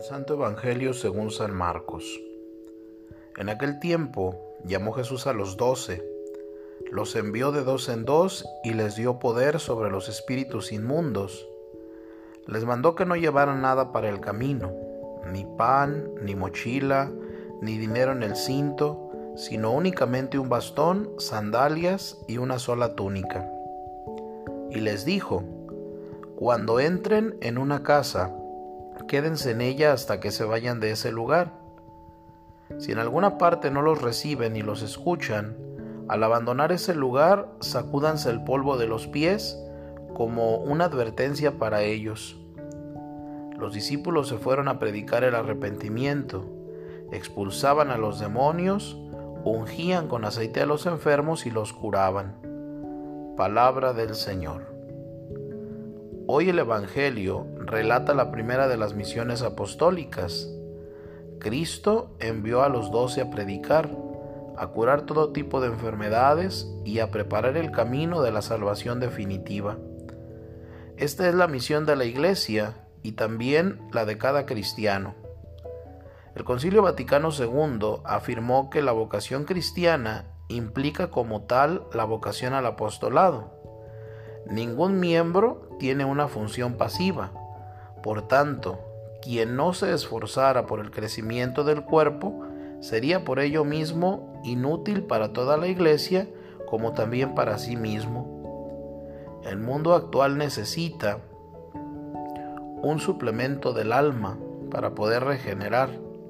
Santo Evangelio según San Marcos. En aquel tiempo llamó Jesús a los 12, los envió de dos en dos y les dio poder sobre los espíritus inmundos. Les mandó que no llevaran nada para el camino, ni pan, ni mochila, ni dinero en el cinto, sino únicamente un bastón, sandalias y una sola túnica. Y les dijo: cuando entren en una casa, quédense en ella hasta que se vayan de ese lugar. Si en alguna parte no los reciben ni los escuchan, al abandonar ese lugar, sacúdanse el polvo de los pies como una advertencia para ellos. Los discípulos se fueron a predicar el arrepentimiento, expulsaban a los demonios, ungían con aceite a los enfermos y los curaban. Palabra del Señor. Hoy el Evangelio relata la primera de las misiones apostólicas. Cristo envió a los 12 a predicar, a curar todo tipo de enfermedades y a preparar el camino de la salvación definitiva. Esta es la misión de la Iglesia y también la de cada cristiano. El Concilio Vaticano II afirmó que la vocación cristiana implica como tal la vocación al apostolado. Ningún miembro tiene una función pasiva. Por tanto, quien no se esforzara por el crecimiento del cuerpo sería por ello mismo inútil para toda la Iglesia como también para sí mismo. El mundo actual necesita un suplemento del alma para poder regenerar.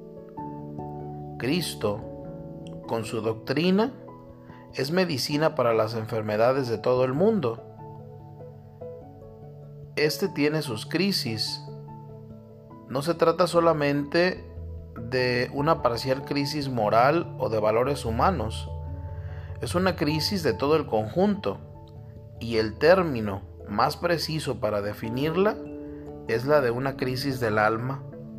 Cristo, con su doctrina, es medicina para las enfermedades de todo el mundo. Este tiene sus crisis. No se trata solamente de una parcial crisis moral o de valores humanos. Es una crisis de todo el conjunto, y el término más preciso para definirla es la de una crisis del alma.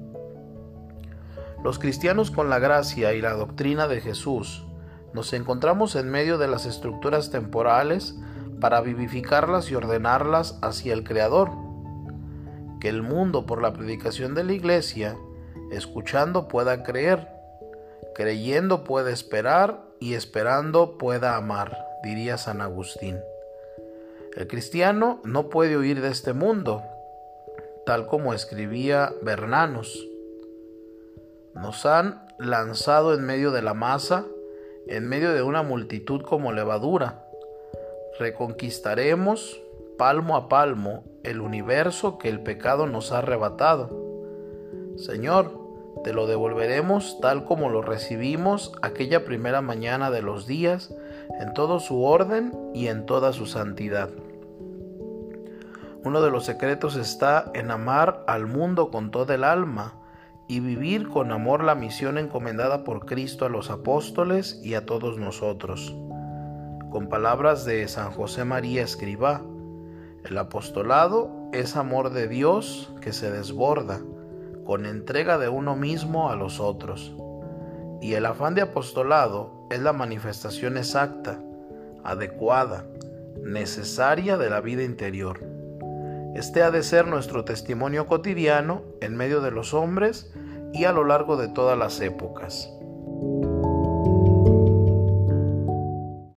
Los cristianos, con la gracia y la doctrina de Jesús, nos encontramos en medio de las estructuras temporales para vivificarlas y ordenarlas hacia el Creador. Que el mundo, por la predicación de la Iglesia, escuchando pueda creer, creyendo pueda esperar y esperando pueda amar, diría San Agustín. El cristiano no puede huir de este mundo, tal como escribía Bernanos. Nos han lanzado en medio de la masa, en medio de una multitud como levadura. Reconquistaremos palmo a palmo el universo que el pecado nos ha arrebatado. Señor, te lo devolveremos tal como lo recibimos aquella primera mañana de los días, en todo su orden y en toda su santidad. Uno de los secretos está en amar al mundo con toda el alma y vivir con amor la misión encomendada por Cristo a los apóstoles y a todos nosotros. Con palabras de San José María Escrivá, el apostolado es amor de Dios que se desborda con entrega de uno mismo a los otros. Y el afán de apostolado es la manifestación exacta, adecuada, necesaria de la vida interior. Este ha de ser nuestro testimonio cotidiano en medio de los hombres y a lo largo de todas las épocas.